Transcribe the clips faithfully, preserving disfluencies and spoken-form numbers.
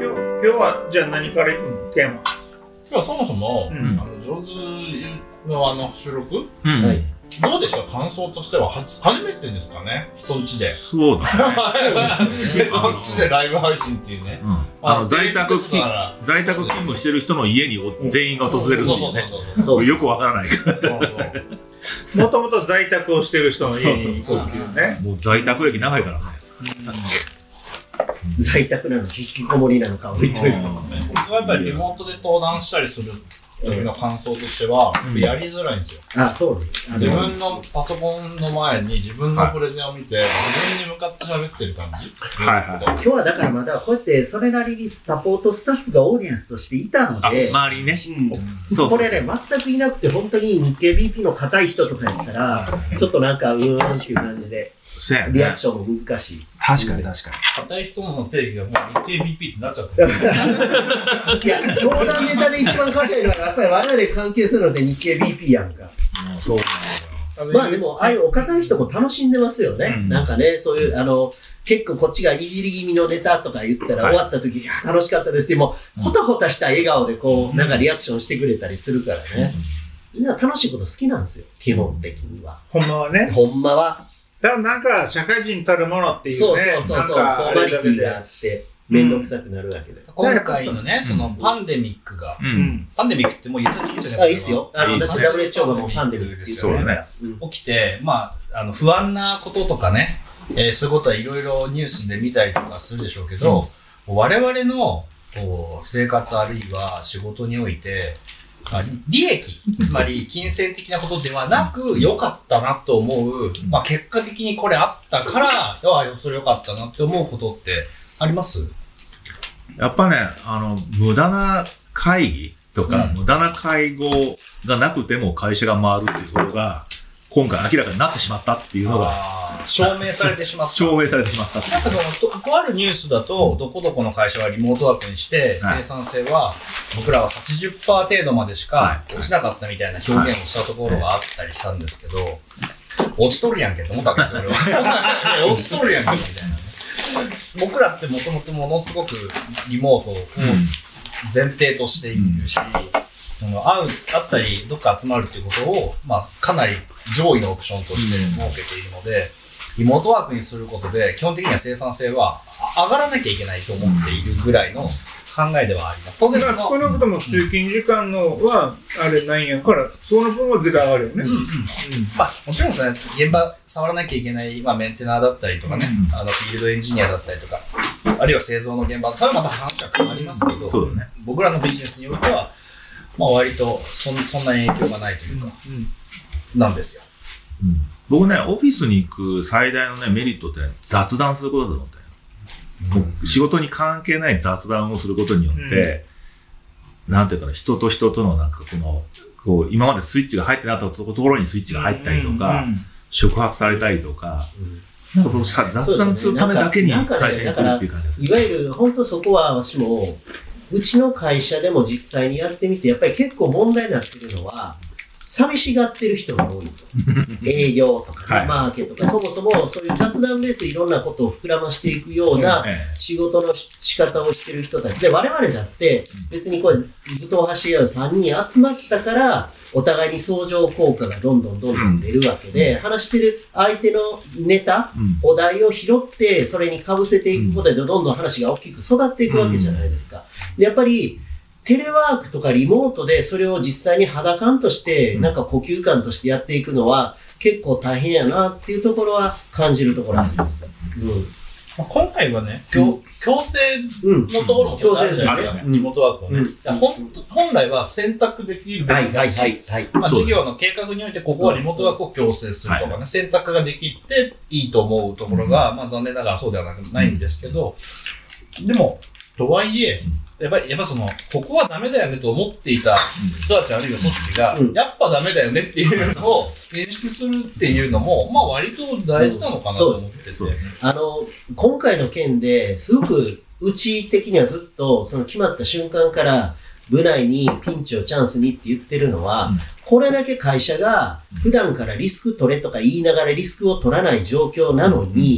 今日、今日はじゃあ何からいくのテーマ。 今日はそもそも、うん、あの上手のあの収録、うん、はい、どうでしょう、感想としてはは初めてですかね、人んちで。 そうだね。 人んちでライブ配信っていうね。 うん、あの在宅勤在宅勤務してる人の家に全員が訪れるっていうね。よくわからないから。もともと在宅をしてる人の家に行くっていうね。もう在宅歴長いからね。 うん、在宅なのか引きこもりなのか置いといて、 僕はやっぱりリモートで登壇したりする時の感想としては、うん、やりづらいんですよ。 あ、そうね。 自分のパソコンの前に自分のプレゼンを見て、はい、自分に向かって喋ってる感じ。 はいはい。今日はだからまたこうやってそれなりにサポートスタッフがオーディエンスとしていたので、 周りにね、 うん、そうそうそう、これね全くいなくて本当に日経 ビーピー の硬い人とかやったらちょっとなんかうーんっていう感じで。リアクションも難しい。 確かに確かに。 硬い人の定義がもう日経 ビーピー ってなっちゃってる。 いや、冗談ネタで一番硬いのはやっぱり我々関係するので日経 ビーピー やんか。 うん、そう。 まあでもああいうお堅い人も楽しんでますよね。うん、なんかね、そういうあの結構こっちがいじり気味のネタとか言ったら、はい、終わった時、いや楽しかったですってもうほたほたした笑顔でこうなんかリアクションしてくれたりするからね。みんな楽しいこと好きなんですよ。基本的には。 ほんまはね。 ほんまは。 だからなんか社会人たるものっていうね、 そうそうそうそう、フォーマリティがあって面倒くさくなるわけで、 うん、今回のね、そのパンデミックが、うん、パンデミックってもう言っちゃっていいですよね。 あ、いいですよ。あのだって ダブリューエイチオー がもうパンデミックですよね。 起きて、まああの不安なこととかね、えー、そういうことはいろいろニュースで見たりとかするでしょうけど、うん、我々のこう生活あるいは仕事において。利益、つまり金銭的なことではなく良かったなと思う、まあ、結果的にこれあったからそれ良かったなって思うことってあります？ やっぱね、あの無駄な会議とか、うん、無駄な会合がなくても会社が回るっていうことが今回明らかになってしまったっていうのが証明されてしまった証明されてしまったっていう。 なんかそのとあるニュースだとどこどこの会社はリモートワークにして生産性は僕らは はちじゅっパーセント 程度までしか落ちなかったみたいな表現をしたところがあったりしたんですけど、落ちとるやんけって思ったわけですよ、俺は。落ちとるやんけみたいなね。僕らってもともとものすごくリモートを前提としているし、うん、会う、会ったりどっか集まるっていうことを、まあ、かなり上位のオプションとして設けているので、リモートワークにすることで基本的には生産性は上がらなきゃいけないと思っているぐらいの考えではあります。当然その少なくとも通勤時間のはあれないんやから、その分は絶対上がるよね。うんうんうん、 まあもちろんですね、現場触らなきゃいけない、まあ、メンテナーだったりとかね、うん、あのフィールドエンジニアだったりとか、あるいは製造の現場、それはまた話は変わりますけど、 そうだね、 僕らのビジネスにおいては、まあ割とそん、そんなに影響がないというか、うん、なんですよ。 うん、僕ね、オフィスに行く最大のねメリットって、ね、雑談することだと思ったよ。うん、仕事に関係ない雑談をすることによって、うん、なんていうかな、人と人とのなんかこのこう今までスイッチが入ってなかったところにスイッチが入ったりとか、うん、触発されたりとか、うん、なんかこのさ雑談するためだけに会社に来るっていう感じです。 いわゆる本当そこは私もうちの会社でも実際にやってみてやっぱり結構問題になってるのは。寂しがってる人が多いと。営業とか、ねはい、マーケとか、そもそもそういう雑談ベースでいろんなことを膨らましていくような仕事の仕方をしてる人たちで、我々だって別にこれ、ずっと走り合うさんにん集まったから、お互いに相乗効果がどんどんどんどん出るわけで、うん、話してる相手のネタ、うん、お題を拾って、それに被せていくことでどんどん話が大きく育っていくわけじゃないですか。でやっぱり、テレワークとかリモートでそれを実際に肌感としてなんか呼吸感としてやっていくのは結構大変やなっていうところは感じるところあります、うんまあ、今回はね、強制のところもちょっとあるじゃないですかね、リモートワークをね、うん、本, 本来は選択できるべきだし、まあ、事業の計画においてここはリモートワークを強制するとかね、はい、選択ができていいと思うところが、まあ、残念ながらそうではないんですけど、でもとはいえやっぱり、やっぱその、ここはダメだよねと思っていた人たちあるいは組織が、うん、やっぱダメだよねっていうのを認識するっていうのも、まあ割と大事なのかなと思ってて。 そうそうあの、今回の件ですごく、うち的にはずっと、その決まった瞬間から、部内にピンチをチャンスにって言ってるのは、うん、これだけ会社が普段からリスク取れとか言いながらリスクを取らない状況なのに、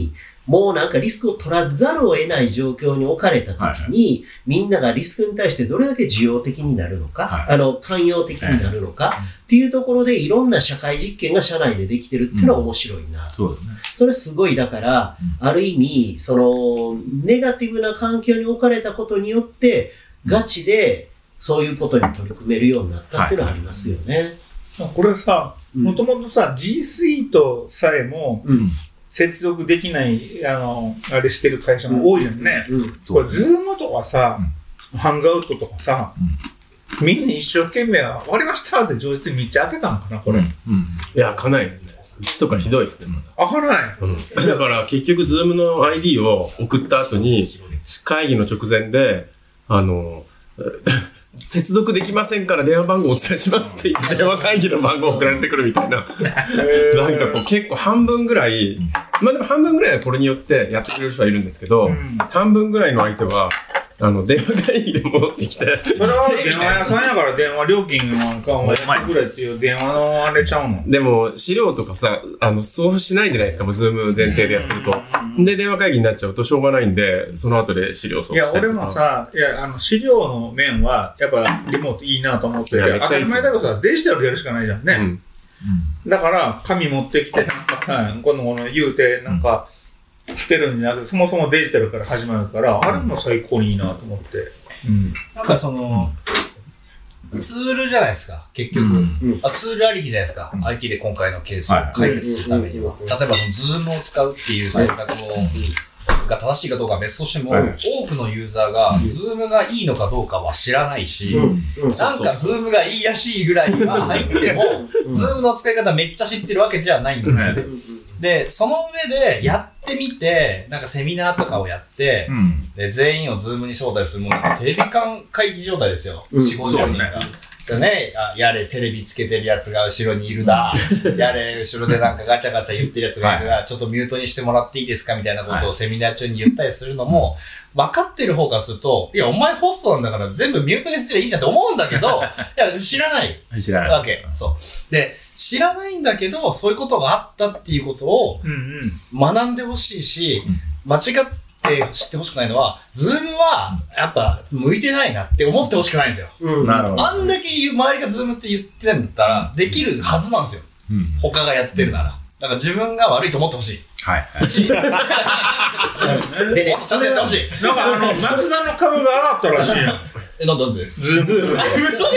もうなんかリスクを取らざるを得ない状況に置かれたときに、はいはい、みんながリスクに対してどれだけ需要的になるのか、はい、あの、寛容的になるのか、はい、っていうところでいろんな社会実験が社内でできてるっていうのは面白いな。うん、そうですね。それすごい、だから、うん、ある意味、その、ネガティブな環境に置かれたことによって、ガチでそういうことに取り組めるようになったっていうのはありますよね。 はい、これさ、もともとさ、G Suite さえも、うん接続できない、あの、あれしてる会社も多いよね。うんうん、これ、ズームとかさ、うん、ハンガウットとかさ、うん、みんな一生懸命、終わりましたって上質にめっちゃ開けたのかな、これ。うんうん、いや、開かないですね。うちとかひどいですね。 開かない、 うん、だから、結局、ズームの アイディー を送った後に、会議の直前で、あの、接続できませんから電話番号をお伝えしますって言って電話会議の番号送られてくるみたいな。なんかこう結構半分ぐらい、まあでも半分ぐらいはこれによってやってくれる人はいるんですけど、うん、半分ぐらいの相手は、あの、電話会議で戻ってきて。 それは電話屋さんやから電話料金なんかをやってくれっていう電話のあれちゃうの？ でも資料とかさ、あの、そうしないじゃないですか、もうズーム前提でやってると。で、電話会議になっちゃうとしょうがないんで、その後で資料送付したりとか。 いや、俺もさ、いや、あの、資料の面は、やっぱリモートいいなと思ってて、当たり前だけどさ、デジタルでやるしかないじゃんね。うんうん、だから、紙持ってきて、なんか、はい、このこの言うて、なんか、してるんじゃなくて、そもそもデジタルから始まるから、あれも最高にいいなと思って。 うん、なんかその、ツールじゃないですか、結局。うん、あツールありきじゃないですか、うん、アイティー で今回のケースを解決するためには。例えばその、ズームを使うっていう選択を、が正しいかどうかは別としても、はい、多くのユーザーが、ズームがいいのかどうかは知らないし、うんうん、なんかズームがいいらしいぐらいは入っても、ズームの使い方めっちゃ知ってるわけじゃないんですよね。で、その上でやってみて、なんかセミナーとかをやって、うん、で全員をズームに招待するものがテレビ間会議状態ですよ。うん、よんじゅう、ごじゅうにんが。でね、あやれテレビつけてるやつが後ろにいるだ、やれ後ろでなんかガチャガチャ言ってるやつがいるだ、はい、ちょっとミュートにしてもらっていいですかみたいなことをセミナー中に言ったりするのも、分かってる方からすると、いや、お前ホストなんだから全部ミュートにすればいいじゃんって思うんだけど、いや、知らない知らないわけ。そう。で、知らないんだけど、そういうことがあったっていうことを学んでほしいし、間違って知ってほしくないのは、ズームはやっぱ向いてないなって思ってほしくないんですよ。うん、なるほど。あんだけ周りがズームって言ってたんだったら、できるはずなんですよ。うん、他がやってるなら。だから自分が悪いと思ってほしい。はい。でね、それやってほしい。 なんかあの、松田の株が上がったらしいやん。 え、なんでなんでズーム。嘘でしょ松田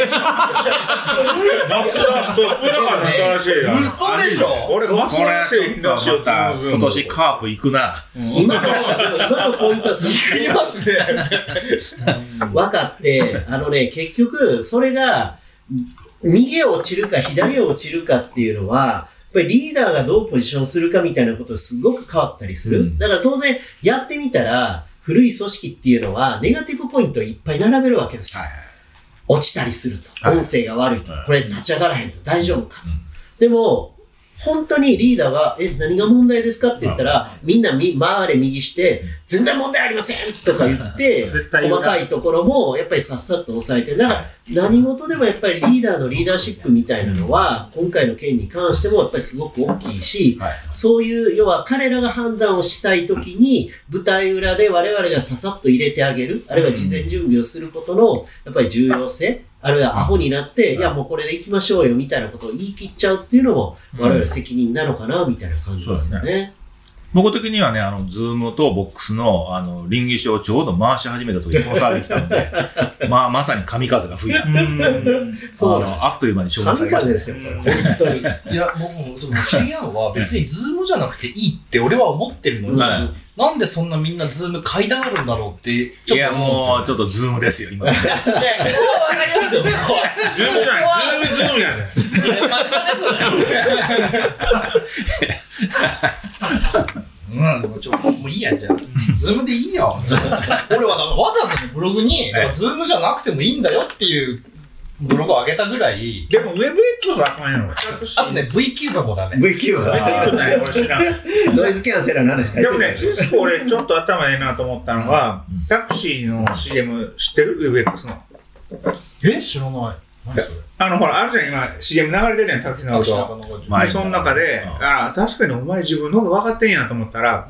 ストップだからなったらしいやん。 嘘でしょ俺、松田製品だしよ、 今年カープ行くな。 今の、今のポイントはすごいますね。分かって、あのね、結局、それが、右へ落ちるか左へ落ちるかっていうのは、やっぱりリーダーがどうポジションするかみたいなことすごく変わったりする。うん、だから当然、やってみたら、古い組織っていうのは、ネガティブポイントをいっぱい並べるわけですよ。はいはい、落ちたりすると。音声が悪いと。はい、これ立ち上がらへんと。大丈夫かと。うん、でも、本当にリーダーが、え、何が問題ですかって言ったら、みんなみ回れ右して、全然問題ありませんとか言って、細かいところもやっぱりさっさと抑えてる。だから何事でもやっぱりリーダーのリーダーシップみたいなのは、今回の件に関してもやっぱりすごく大きいし、そういう、要は彼らが判断をしたいときに、舞台裏で我々がささっと入れてあげる、あるいは事前準備をすることの、やっぱり重要性、あるいはアホになって、いやもうこれで行きましょうよみたいなことを言い切っちゃうっていうのも、我々責任なのかなみたいな感じですよね。 僕的にはね、あの、ズームとボックスの、あの、臨議書をちょうど回し始めた時にこの差ができたので、まあ、まさに神風が吹いた。そうあの、あっという間に消化されました。神風ですよ、これ。本当に。 いや、もう、不思議なのは、別にズームじゃなくていいって俺は思ってるのに、はい、なんでそんなみんなズーム買いたがるんだろうって、 ちょっと思うんですよ。いや、もう、ちょっとズームですよ、今。いや、ここはわかりますよ、ここは。 ズームじゃない、ズーム、ズームやねん。 松田ですよね。うん、でもちょ、もういいや、じゃあ。ズームでいいよ。俺はわざわざブログに、ズームじゃなくてもいいんだよっていうブログを上げたぐらい。 でも ウェブエックス はあかんやろ。 あとね、V キューバもダメ。 V キューバ V キューバね、俺知らん。 ノイズキャンセラーの話書いてる。 でもね、シスコ俺ちょっと頭いいなと思ったのは、タクシーの シーエム 知ってる ウェブエックス の。 え知らない。何それあの、ほら、あるじゃん、今、シーエム 流れてるやん、タクシーの音。で、その中で、ああ、確かにお前自分のこと分かってんやと思ったら、うん、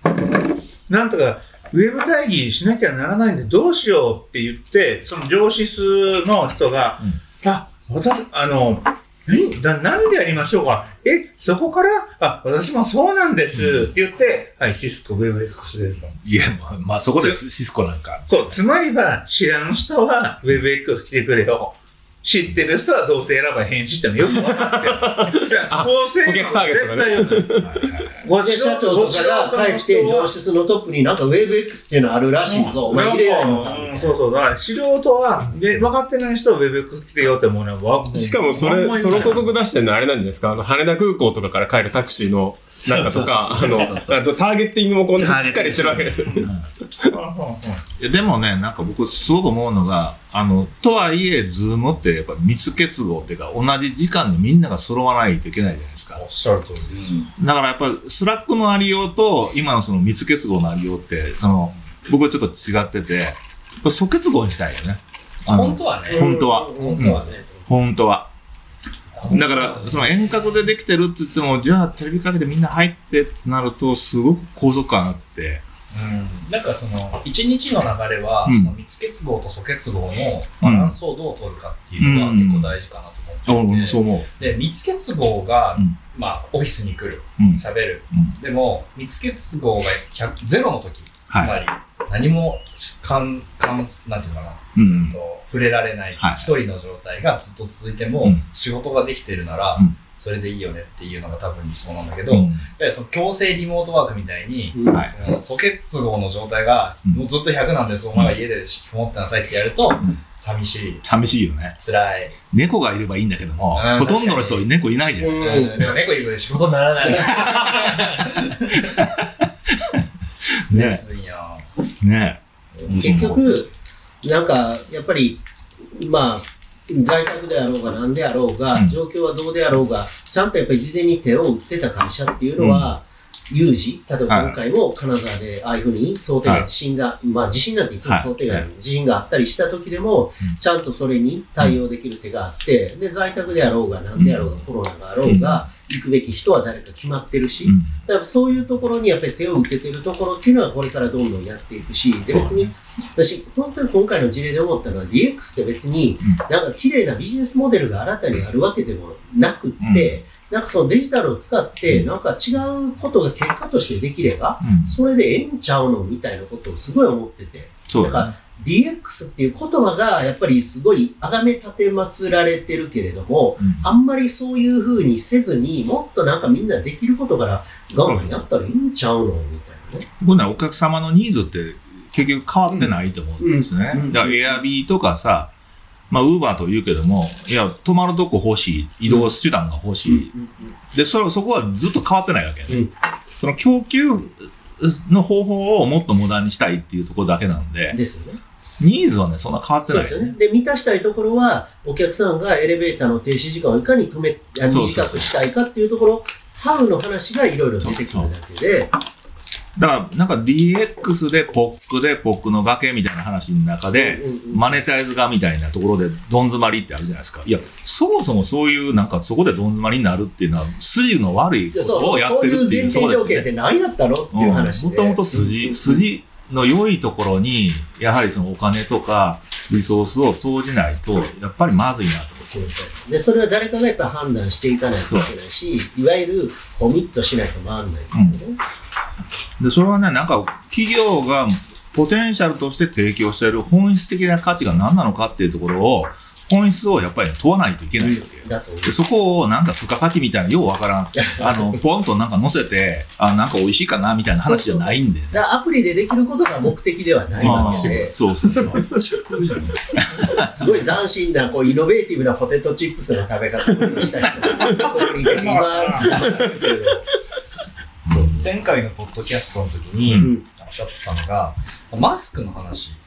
なんとかウェブ会議しなきゃならないんでどうしようって言って、その上司数の人が、うん、あ、私、あの、何だなんでやりましょうか、え、そこから、あ、私もそうなんです、うん、って言って、はい、シスコ ウェブエックス です。 いや、まあ、まあ、そこでシスコなんか。 そう、つまりは、知らん人は ウェブエックス 来てくれよ。知ってる人はどうせ選ば返事してもよく分かってる。いや、そこをせ顧客ターゲットがね。 絶対よくで、社長とかが帰って上司のトップになんか ウェブエックス っていうのあるらしいぞ。お前入れないのか。 そうそう。だから素人は、で、分かってない人は ウェブエックス 来てよって思うのは、 しかもそれ、その広告出してるのあれなんじゃないですか。あの、羽田空港とかから帰るタクシーの、なんかとか、あの、ターゲッティングもこんなしっかりしてるわけですよ。 でもね、なんか僕すごく思うのが、あの、とはいえ、ズームってやっぱ密結合っていうか、同じ時間にみんなが揃わないといけないじゃないですか。 おっしゃる通りです。 うん、だからやっぱり、スラックのありようと、今のその密結合のありようって、その、僕はちょっと違ってて、素結合にしたいよね。 本当はね。 本当は。 本当はね。 本当は。だから、その遠隔でできてるって言っても、じゃあテレビかけてみんな入ってってなると、すごく高速感あって、 うん、なんかその一日の流れは、うん、その密結合と素結合のバランスをどう取るかっていうのが結構大事かなと思っていて、うん、そう思う。で密結合が、うん、まあオフィスに来る、喋、うん、る、うん、でも密結合がゼロの時、はい、つまり何もかんかんなんていうのかな、うん、と触れられない一、はい、人の状態がずっと続いても、うん、仕事ができてるなら、うん、それでいいよねっていうのが多分理想なんだけど、うん、やはりその強制リモートワークみたいに、うん、素結合の状態が、うん、もうずっとひゃくなんです、お前は家で引きこもってなさいってやると、うん、寂しい。 寂しいよね。 辛い。 猫がいればいいんだけども、うん、ほとんどの人猫いないじゃん。うん、 うん、でも猫いると仕事にならない。 ねですよ。 ね結局、なんか、やっぱり、まあ、在宅であろうが何であろうが、うん、状況はどうであろうが、ちゃんとやっぱり事前に手を打ってた会社っていうのは、うん、有事、例えば今回も金沢でああいうふうに想定外、地震が、まあ地震なんていつも想定外に地震があったりした時でも、ちゃんとそれに対応できる手があって、で、在宅であろうが何であろうが、コロナがあろうが、行くべき人は誰か決まってるし、うん、だからそういうところにやっぱり手を打ててるところっていうのはこれからどんどんやっていくし、で別に、私、本当に今回の事例で思ったのは ディーエックス って別に、なんか綺麗なビジネスモデルが新たにあるわけでもなくって、うん、なんかそのデジタルを使って、なんか違うことが結果としてできれば、うん、それでええんちゃうのみたいなことをすごい思ってて。 そうだね。 ディーエックス っていう言葉がやっぱりすごい崇め立て祀られてるけれども、うん、あんまりそういう風にせずにもっとなんかみんなできることから我慢やったらいいんちゃうのみたいなね。 僕ね、お客様のニーズって結局変わってないと思うんですね。うんうん、だからエアビーとかさ、まあウーバーと言うけども、いや、泊まるとこ欲しい、移動手段が欲しい。うんうんうん、で、それ、そこはずっと変わってないわけね。うん、その供給の方法をもっとモダンにしたいっていうところだけなんで。 ですよね。 ニーズはね、そんな変わってない、ね。 そうですよね。で、満たしたいところは、お客さんがエレベーターの停止時間をいかに止め、短くしたいかっていうところ、ハウの話がいろいろ出てくるだけで。 だから、なんか ディーエックス で ポック で ポック の崖みたいな話の中で、うんうんうん、マネタイズがみたいなところでどん詰まりってあるじゃないですか。いや、そもそもそういう、なんかそこでどん詰まりになるっていうのは、筋の悪いことをやってるっていう。 そうそう、そういう前提条件って何やったのっていう話で。 もともと筋、うん、筋の良いところに、やはりそのお金とかリソースを投じないと、やっぱりまずいなと思って。 そうそう。で、それは誰かがやっぱ判断していかないといけないし、いわゆるコミットしないと回らないんですよね。 うん、で、それはね、なんか企業がポテンシャルとして提供している本質的な価値が何なのかっていうところを、本質をやっぱり問わないといけないわけよ。で、そこをなんか付加価値みたいな、ようわからん。あの、ポンとなんか乗せて、あ、なんか美味しいかなみたいな話じゃないんで、ね。 そうそう、だからアプリでできることが目的ではないわけで。 そうそうそう。 すごい斬新な、こう、イノベーティブなポテトチップスの食べ方をしたいとか、ここにいて、今、 前回のポッドキャストの時に、うん、おっしゃってたのが、マスクの話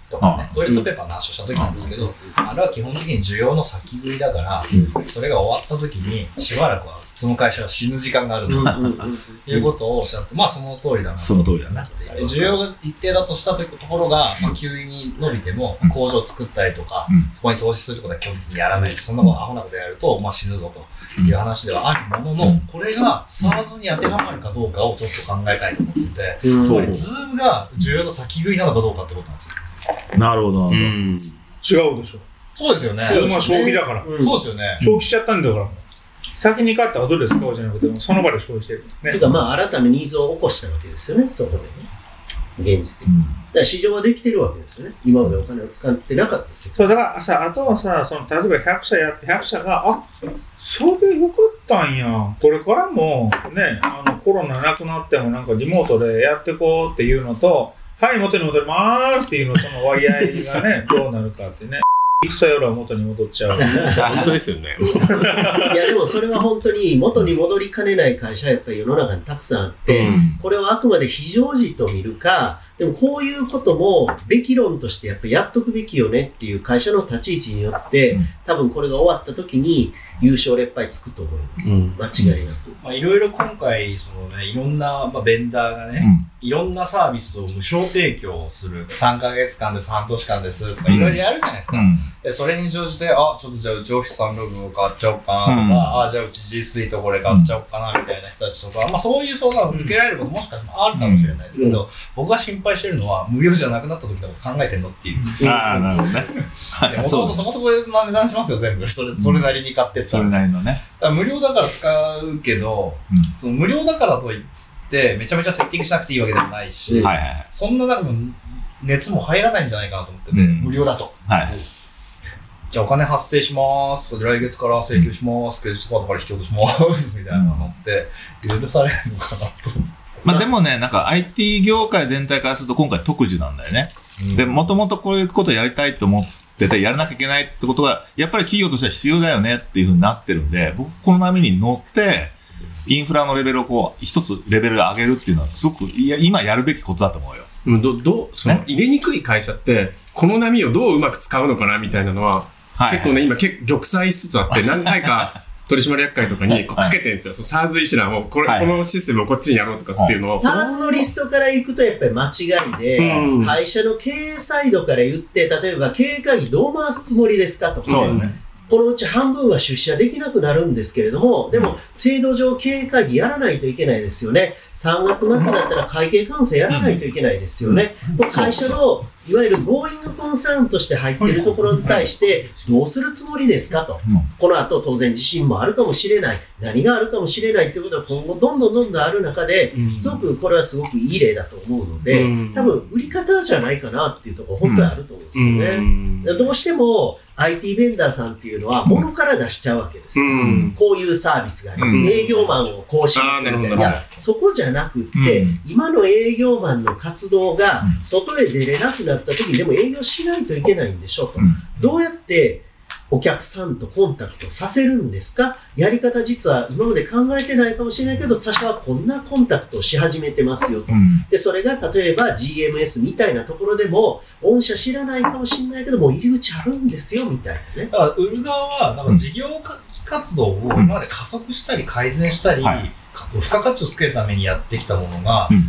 とかね、トイレットペーパーの話をした時なんですけど、あれは基本的に需要の先食いだから、それが終わった時にしばらくはその会社は死ぬ時間があるということをおっしゃって、まあその通りだな。 その通りだな。 需要が一定だとしたところが、まあ、急に伸びても工場を作ったりとか、そこに投資するってことは基本的にやらないし、そんなことアホなことやると、まあ、死ぬぞという話ではあるものの、これが SARS に当てはまるかどうかをちょっと考えたいと思っていて、つまり Zoom が需要の先食いなのかどうかってことなんですよ。 なるほど。 違うでしょ。 そうですよね。 まあ消費だから。そうですよね。 消費しちゃったんだから。先に買ったらどうですかじゃなくて、その場で消費してる。 ね。というか、まあ、新たなニーズを起こしたわけですよね、そこでね。現実的に。だから市場はできてるわけですよね。今までお金を使ってなかった世界。 そう、だからさ、あとはさ、その例えばひゃく社やってひゃく社が、あ、それでよかったんや。これからもね、あのコロナなくなってもなんかリモートでやってこうっていうのと、はい、元に戻りまーすっていうのとの割合がね、どうなるかってね。戦よりは元に戻っちゃう。 本当ですよね。 いやでもそれは本当に元に戻りかねない会社はやっぱり世の中にたくさんあって、うん、これはあくまで非常時と見るか、でもこういうこともべき論としてやっぱりやっとくべきよねっていう会社の立ち位置によって、うん、多分これが終わった時に優勝劣敗つくと思います。うん、間違いなく。 まあいろいろ今回そのねいろんなまあベンダーがね、うん、いろんなサービスを無償提供するさんかげつかんです半年間ですとかいろいろやるじゃないですか。うん、でそれに乗じてあちょっとじゃあうちオフィスさんログを買っちゃおうかなとか、うん、あじゃあうち G スイートこれ買っちゃおうかなみたいな人たちとか、まあそういう相談を受けられることもしかしたらあるかもしれないですけど、うん、僕が心配してるのは無料じゃなくなった時のこと考えてんのっていう。 ああなるほどね。 もともとそもそもな値段しますよ全部それそれなりに買ってったら、 それなりのね。 無料だから使うけど、うん、その無料だからといってめちゃめちゃセッティングしなくていいわけでもないし、うんはいはい、そんな多分熱も入らないんじゃないかなと思ってて、うん、無料だと、はい、じゃあお金発生します来月から請求しますクレジットカードから引き落としますみたいなのって許されるのかなと。 まあでもねなんか アイティー 業界全体からすると今回特需なんだよね、うん、でもともとこういうことやりたいと思って絶対やらなきゃいけないってことがやっぱり企業としては必要だよねっていう風になってるんで僕この波に乗ってインフラのレベルをこう一つレベルを上げるっていうのはすごくいや今やるべきことだと思うよ。 どどその入れにくい会社ってこの波をどううまく使うのかなみたいなのは、はいはい、結構ね今結玉砕しつつあって何回か取締役会とかにこうかけてるんですよ。サーズ 一覧をこれ、はい、このシステムをこっちにやろうとかっていうのを。 サーズのリストから行くとやっぱり間違いで、うん、会社の経営サイドから言って、例えば経営会議どう回すつもりですかとか、 そうだね。 このうち半分は出社できなくなるんですけれども、でも制度上経営会議やらないといけないですよね。さんがつ末だったら会計監査やらないといけないですよね。うん、会社のいわゆるゴーイングコンサーンとして入っているところに対してどうするつもりですかと、うん、この後当然地震もあるかもしれない何があるかもしれないということは今後どんどんどんどんある中ですごくこれはすごくいい例だと思うので、うん、多分売り方じゃないかなっていうところ本当にあると思うんですよね、うん、どうしても アイティー ベンダーさんっていうのは物から出しちゃうわけですよ、うん、こういうサービスがあります、うん、営業マンを更新するみたいな、いやそこじゃなくって、うん、今の営業マンの活動が外へ出れなくなった時にでも営業しないといけないんでしょと、うん、どうやってお客さんとコンタクトさせるんですか。やり方実は今まで考えてないかもしれないけど他社はこんなコンタクトをし始めてますよと、うん、でそれが例えば ジーエムエス みたいなところでも御社知らないかもしれないけどもう入り口あるんですよみたいなね。 だから売る側はなんか事業活動を今まで加速したり改善したり、うんはい、付加価値をつけるためにやってきたものが、うん、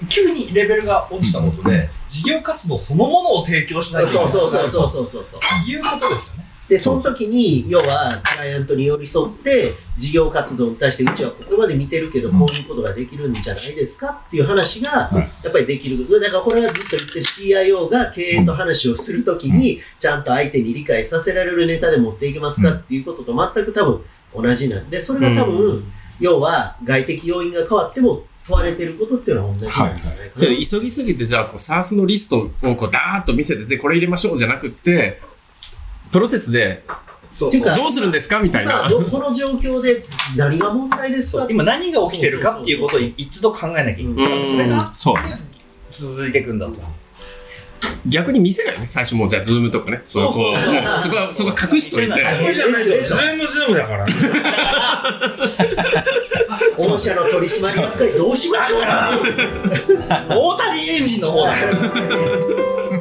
急にレベルが落ちたことで、うん、事業活動そのものを提供しないといけないということですよね。 でその時に要はクライアントに寄り添って事業活動に対してうちはここまで見てるけどこういうことができるんじゃないですかっていう話がやっぱりできる。だからこれはずっと言ってる シーアイオー が経営と話をする時にちゃんと相手に理解させられるネタで持っていけますかっていうことと全く多分同じなんで、それが多分要は外的要因が変わっても問われてることっていうのは同じなんじゃないかな、 はい、急ぎすぎてじゃあこう SARS のリストをこうダーッと見せてこれ入れましょうじゃなくってプロセスでそうそうどうするんですかみたいな。 今この状況で何が問題ですか。 今何が起きてるかっていうことを一度考えなきゃいけない。それが続いていくんだと。 逆に見せないね最初もうじゃあズームとかねそうこうそこはそこは隠しといて。 そうじゃないですよ。ズームズームだから。 御社の取締役会どうしましょうか。 大谷エンジンの方だから。